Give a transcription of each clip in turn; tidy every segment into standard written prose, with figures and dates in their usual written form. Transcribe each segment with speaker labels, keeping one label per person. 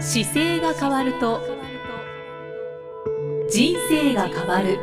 Speaker 1: 姿勢が変わると人生が変わる。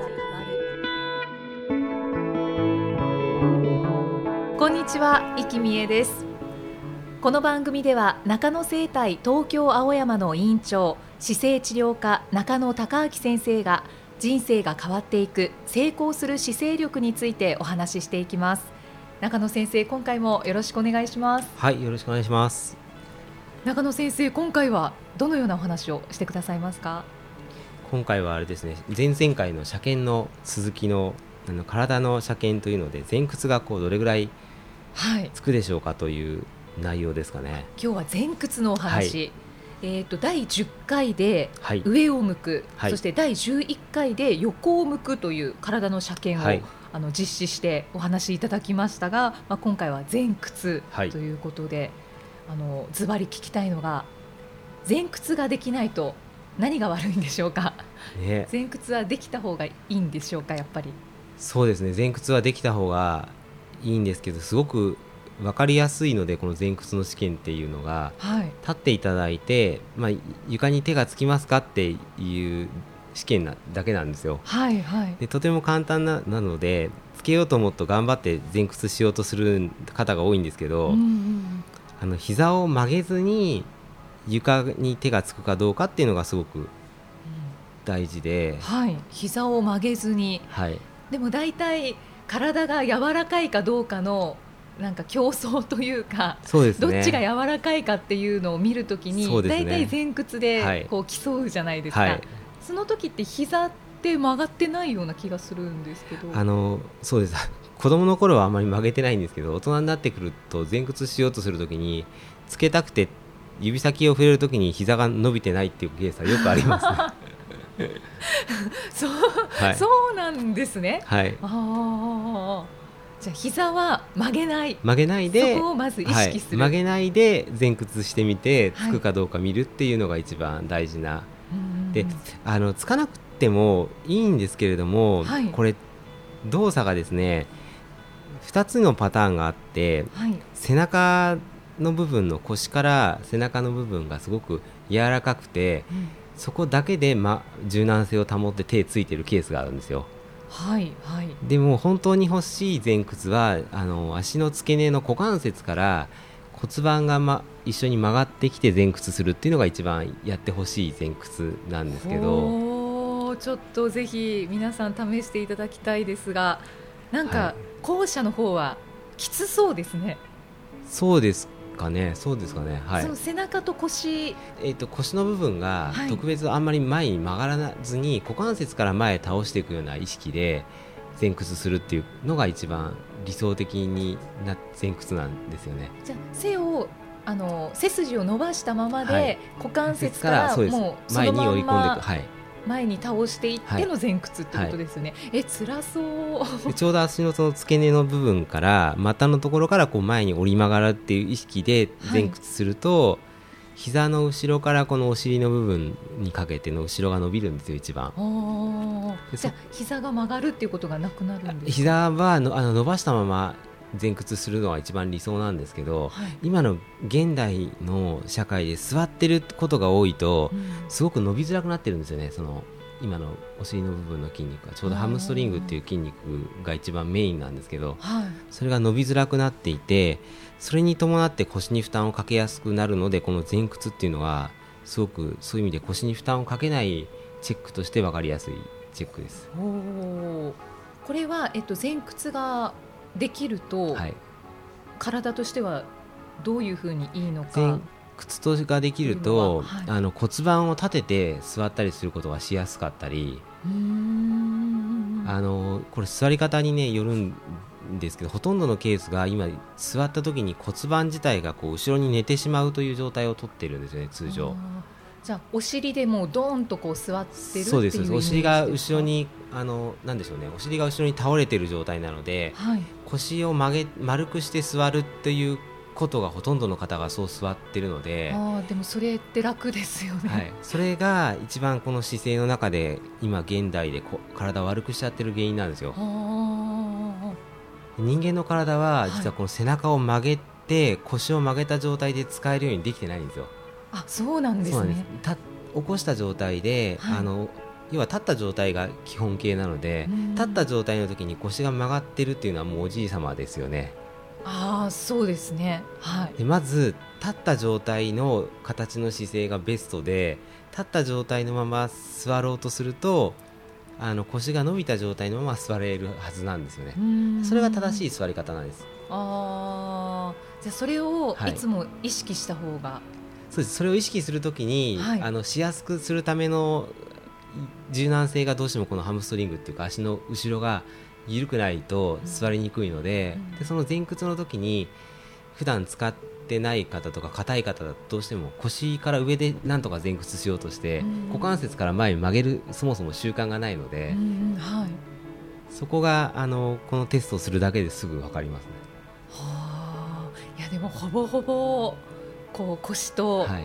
Speaker 1: こんにちは、生きみえです。この番組では中野生態東京青山の院長、姿勢治療科中野孝明先生が人生が変わっていく成功する姿勢力についてお話ししていきます。中野先生、今回もよろしくお願いします。
Speaker 2: はい、よろしくお願いします。
Speaker 1: 中野先生、今回はどのようなお話をしてくださいますか？
Speaker 2: 今回はあれですね、前々回の車検の続きの体の車検というので、前屈がどれぐらいつくでしょうかという内容ですかね。
Speaker 1: 今日は前屈のお話、第10回で
Speaker 2: はい、
Speaker 1: 上を向く、
Speaker 2: はい、
Speaker 1: そして第11回で横を向くという体の車検を、
Speaker 2: はい、
Speaker 1: 実施してお話しいただきましたが、今回は前屈ということで、ズバリ聞きたいのが、前屈ができないと何が悪いんでしょうか？
Speaker 2: ね、
Speaker 1: 前屈はできた方がいいんでしょうか？やっぱり
Speaker 2: そうですね、前屈はできた方がいいんですけど、すごく分かりやすいので、この前屈の試験っていうのが、
Speaker 1: はい、
Speaker 2: 立っていただいて、床に手がつきますかっていう試験だけなんですよ。
Speaker 1: はいはい、
Speaker 2: でとても簡単なので、つけようと思うと頑張って前屈しようとする方が多いんですけど、膝を曲げずに床に手がつくかどうかっていうのがすごく大事で、
Speaker 1: はい、膝を曲げずに、
Speaker 2: はい、
Speaker 1: でも大体体が柔らかいかどうかのなんか競争というか、
Speaker 2: そうですね、
Speaker 1: どっちが柔らかいかっていうのを見るときに、大体前屈で競うじゃないですか、はい、その時って膝って曲がってないような気がするんですけど。
Speaker 2: そうです子供の頃はあんまり曲げてないんですけど、大人になってくると前屈しようとするときにつけたくて指先を触れるときに膝が伸びてないっていうケースはよくありますね
Speaker 1: はい、そうなんですね、
Speaker 2: はい、
Speaker 1: じゃあ膝は曲げない
Speaker 2: で、
Speaker 1: そこをまず意識する、
Speaker 2: 曲げないで前屈してみてつくかどうか見るっていうのが一番大事な、でつかなくてもいいんですけれども、はい、これ動作がですね2つのパターンがあって、はい、背中の部分の腰から背中の部分がすごく柔らかくて、そこだけで、柔軟性を保って手ついてるケースがあるんですよ。
Speaker 1: はいはい、
Speaker 2: でも本当に欲しい前屈は足の付け根の股関節から骨盤が、一緒に曲がってきて前屈するっていうのが一番やってほしい前屈なんですけど、
Speaker 1: ちょっとぜひ皆さん試していただきたいですが、なんか後者の方はきつそうですね。
Speaker 2: そうですかね、はい、
Speaker 1: その背中と腰、
Speaker 2: 腰の部分が特別あんまり前に曲がらずに、股関節から前へ倒していくような意識で前屈するっていうのが一番理想的にな前屈なんですよね。
Speaker 1: じゃあ背筋を伸ばしたままで、股関節からもうそのまんま前に追い込んでいく、はい、前に倒していっての前屈ってことですよね、はい、辛そう
Speaker 2: でちょうど足のその付け根の部分から股のところから前に折り曲がるっていう意識で前屈すると、はい、膝の後ろからこのお尻の部分にかけての後ろが伸びるんですよ、一番。
Speaker 1: じゃあ膝が曲がるっていうことがなくなるんですか？
Speaker 2: 膝は伸ばしたまま前屈するのが一番理想なんですけど、はい、今の現代の社会で座ってることが多いと、すごく伸びづらくなってるんですよね。その今のお尻の部分の筋肉はちょうどハムストリングっていう筋肉が一番メインなんですけど、はい、それが伸びづらくなっていて、それに伴って腰に負担をかけやすくなるので、この前屈っていうのはすごくそういう意味で腰に負担をかけないチェックとして分かりやすいチェックです。
Speaker 1: これは、前屈ができると、はい、体としてはどういうふうにいいのか。
Speaker 2: 前屈ができると、はい、骨盤を立てて座ったりすることがしやすかったり、これ座り方に、よるんですけど、ほとんどのケースが今座った時に骨盤自体が後ろに寝てしまうという状態をとっているんですよね、通常。
Speaker 1: じゃあお尻でもうドーンと座ってるっていう。
Speaker 2: そうです。お尻が後ろになんでしょうね、お尻が後ろに倒れている状態なので、はい、腰を丸くして座るっていうことがほとんどの方がそう座ってるので。
Speaker 1: でもそれって楽ですよね、
Speaker 2: はい、それが一番この姿勢の中で今現代で体を悪くしちゃってる原因なんですよ。人間の体は実はこの背中を曲げて、腰を曲げた状態で使えるようにできてないんですよ。
Speaker 1: あ、そうなんですね。
Speaker 2: 起こした状態で、はい、要は立った状態が基本形なので、立った状態の時に腰が曲がってるっていうのはもうおじい様ですよね。
Speaker 1: ああ、そうですね、はい、
Speaker 2: でまず立った状態の形の姿勢がベストで、立った状態のまま座ろうとすると腰が伸びた状態のまま座れるはずなんですよね。それが正しい座り方なんです。
Speaker 1: あ、じゃあそれをいつも意識した方が、はい、
Speaker 2: そうです。それを意識するときに、はい、しやすくするための柔軟性がどうしてもこのハムストリングっていうか足の後ろが緩くないと座りにくいので、でその前屈の時に普段使ってない方とか硬い方だとどうしても腰から上でなんとか前屈しようとして、股関節から前に曲げるそもそも習慣がないので、はい、そこがこのテストをするだけですぐ分かりますね。
Speaker 1: はあ、いやでもほぼほぼこう腰と、はい、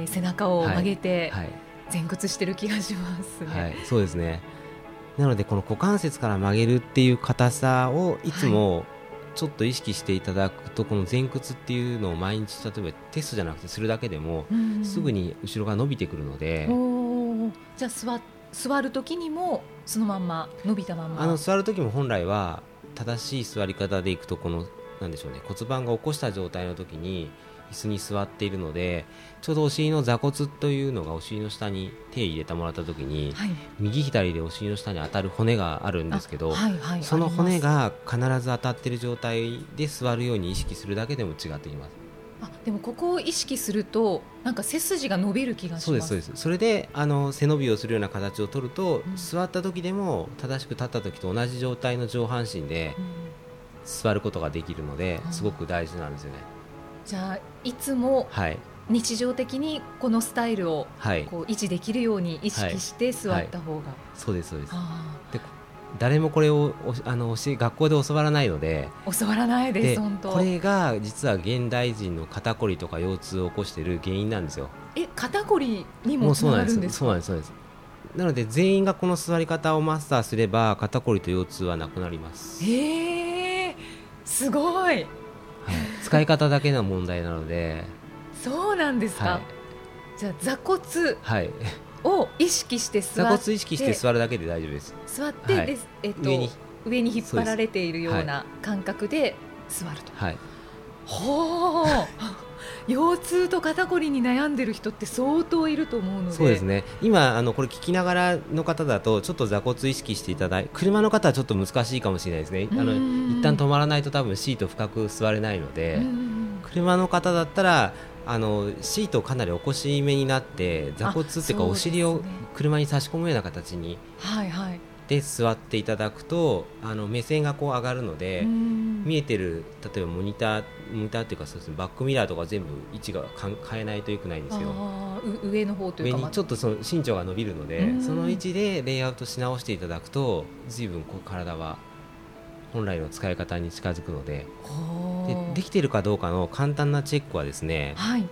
Speaker 1: 背中を曲げて前屈してる気がしますね。はいはい、
Speaker 2: そうですね。なのでこの股関節から曲げるっていう硬さをいつもちょっと意識していただくと、この前屈っていうのを毎日例えばテストじゃなくてするだけでもすぐに後ろが伸びてくるので、
Speaker 1: じゃあ座る時にもそのまんま伸びたまま
Speaker 2: 座る時も本来は正しい座り方でいくとこのなんでしょうね、骨盤が起こした状態の時に椅子に座っているので、ちょうどお尻の座骨というのがお尻の下に手を入れてもらった時に、はい、右左でお尻の下に当たる骨があるんですけど、はいはい、その骨が必ず当たっている状態で座るように意識するだけでも違ってきます。
Speaker 1: でもここを意識するとなんか背筋が伸びる気がします。
Speaker 2: そうですそうです。それで背伸びをするような形を取ると、座った時でも正しく立った時と同じ状態の上半身で座ることができるので、すごく大事なんですよね。
Speaker 1: じゃあいつも日常的にこのスタイルをこう維持できるように意識して座った方が、
Speaker 2: そうですそうです。で誰もこれを学校で教わらないので、
Speaker 1: 教わらないです。本当
Speaker 2: これが実は現代人の肩こりとか腰痛を起こしている原因なんですよ。
Speaker 1: 肩こりにもつながるんですか？
Speaker 2: そうなんですそうなんです。なので全員がこの座り方をマスターすれば肩こりと腰痛はなくなります。
Speaker 1: すごい。
Speaker 2: 使い方だけの問題なので。
Speaker 1: そうなんですか。じゃあ座骨を意識して座って、
Speaker 2: 座骨意識して座るだけで大丈夫です。
Speaker 1: 座って、上に引っ張られているような感覚で座ると。ほー腰痛と肩こりに悩んでる人って相当いると思うので。
Speaker 2: そうですね。今これ聞きながらの方だとちょっと座骨意識していただいて、車の方はちょっと難しいかもしれないですね。一旦止まらないと多分シート深く座れないので、車の方だったらシートかなり起こし目になって座骨っていうかお尻を車に差し込むような形にで座っていただくと目線がこう上がるので、見えてる例えばモニターっていうか、そうですね、バックミラーとか全部位置が変えないといけないんですよ。
Speaker 1: 上の方というか
Speaker 2: 上にちょっとその身長が伸びるので、その位置でレイアウトし直していただくと随分こう体は本来の使い方に近づくので、できているかどうかの簡単なチェックはですね、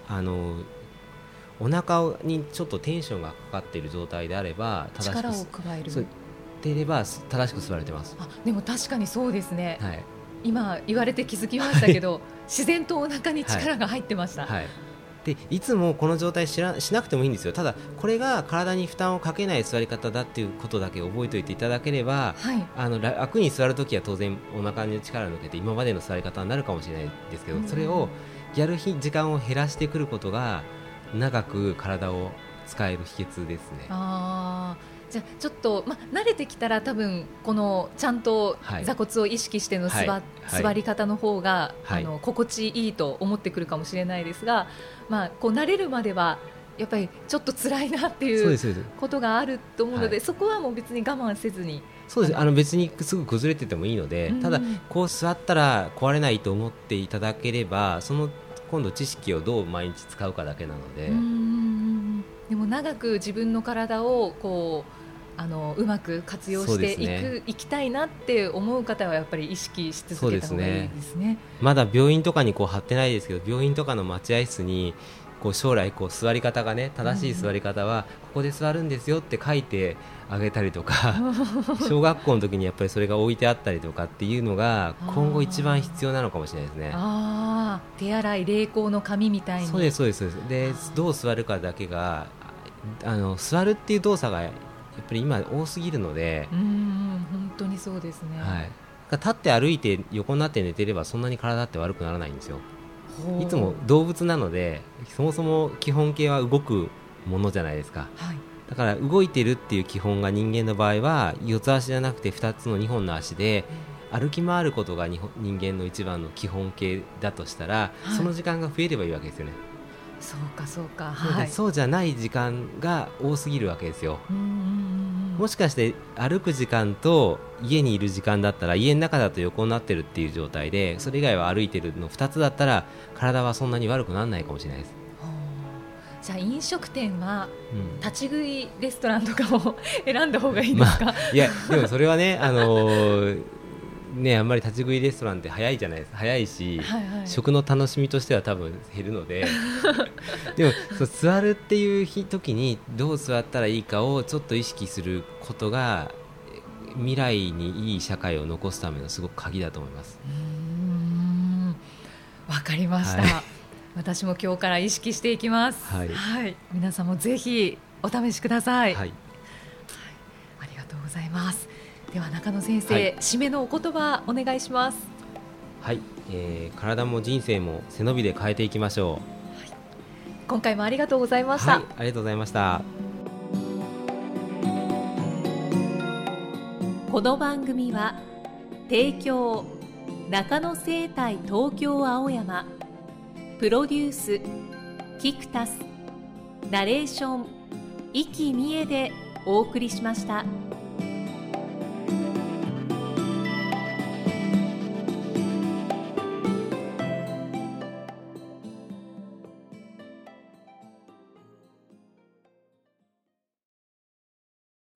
Speaker 2: お腹にちょっとテンションがかかっている状態であれば正しく
Speaker 1: 力を加える
Speaker 2: でいれば正しく座れてます。
Speaker 1: でも確かにそうですね、今言われて気づきましたけど、自然とお腹に力が入ってました。
Speaker 2: でいつもこの状態しなくてもいいんですよ。ただこれが体に負担をかけない座り方だっていうことだけ覚えておいていただければ、楽に座るときは当然お腹に力を抜けて今までの座り方になるかもしれないですけど、それをやる時間を減らしてくることが長く体を使える秘訣ですね。
Speaker 1: じゃあちょっと、慣れてきたら多分このちゃんと座骨を意識しての座り方の方が、心地いいと思ってくるかもしれないですが、こう慣れるまではやっぱりちょっと辛いなっていうことがあると思うので、そこはもう別に我慢せずに。
Speaker 2: そうです。別にすぐ崩れててもいいので、ただこう座ったら壊れないと思っていただければ、その今度知識をどう毎日使うかだけなので。
Speaker 1: でも長く自分の体をこううまく活用していきたいなって思う方はやっぱり意識し続けた方がいいですね。
Speaker 2: まだ病院とかにこう貼ってないですけど、病院とかの待合室にこう将来こう座り方がね、正しい座り方はここで座るんですよって書いてあげたりとか小学校の時にやっぱりそれが置いてあったりとかっていうのが今後一番必要なのかもしれないですね。
Speaker 1: 手洗い励行の紙みたいに。
Speaker 2: そうですそうですで、どう座るかだけが座るっていう動作がやっぱり今多すぎるので、
Speaker 1: 本当にそうですね、
Speaker 2: はい、立って歩いて横になって寝てればそんなに体って悪くならないんですよ。いつも動物なのでそもそも基本形は動くものじゃないですか、はい、だから動いてるっていう基本が人間の場合は四つ足じゃなくて2つの2本の足で歩き回ることが人間の一番の基本形だとしたら、はい、その時間が増えればいいわけですよね。
Speaker 1: そうかそうか、
Speaker 2: はい、そうじゃない時間が多すぎるわけですよ。もしかして歩く時間と家にいる時間だったら家の中だと横になってるっていう状態で、それ以外は歩いてるの2つだったら体はそんなに悪くならないかもしれないです。
Speaker 1: じゃあ飲食店は立ち食いレストランとかも選んだ方がいいですか？
Speaker 2: いやでもそれはねあんまり立ち食いレストランって早いじゃないですか。早いし、はいはい、食の楽しみとしては多分減るのででも座るっていう時にどう座ったらいいかをちょっと意識することが未来にいい社会を残すためのすごく鍵だと思います。
Speaker 1: わかりました、はい、私も今日から意識していきます、はいはい、皆さんもぜひお試しください、はいはい、ありがとうございます。では中野先生、はい、締めのお言葉お願いします。
Speaker 2: はい、体も人生も背伸びで変えていきましょう、はい、
Speaker 1: 今回もありがとうございました。
Speaker 2: はい、ありがとうございました。
Speaker 1: この番組は提供中野生態東京青山、プロデュースキクタス、ナレーション生きみえでお送りしました。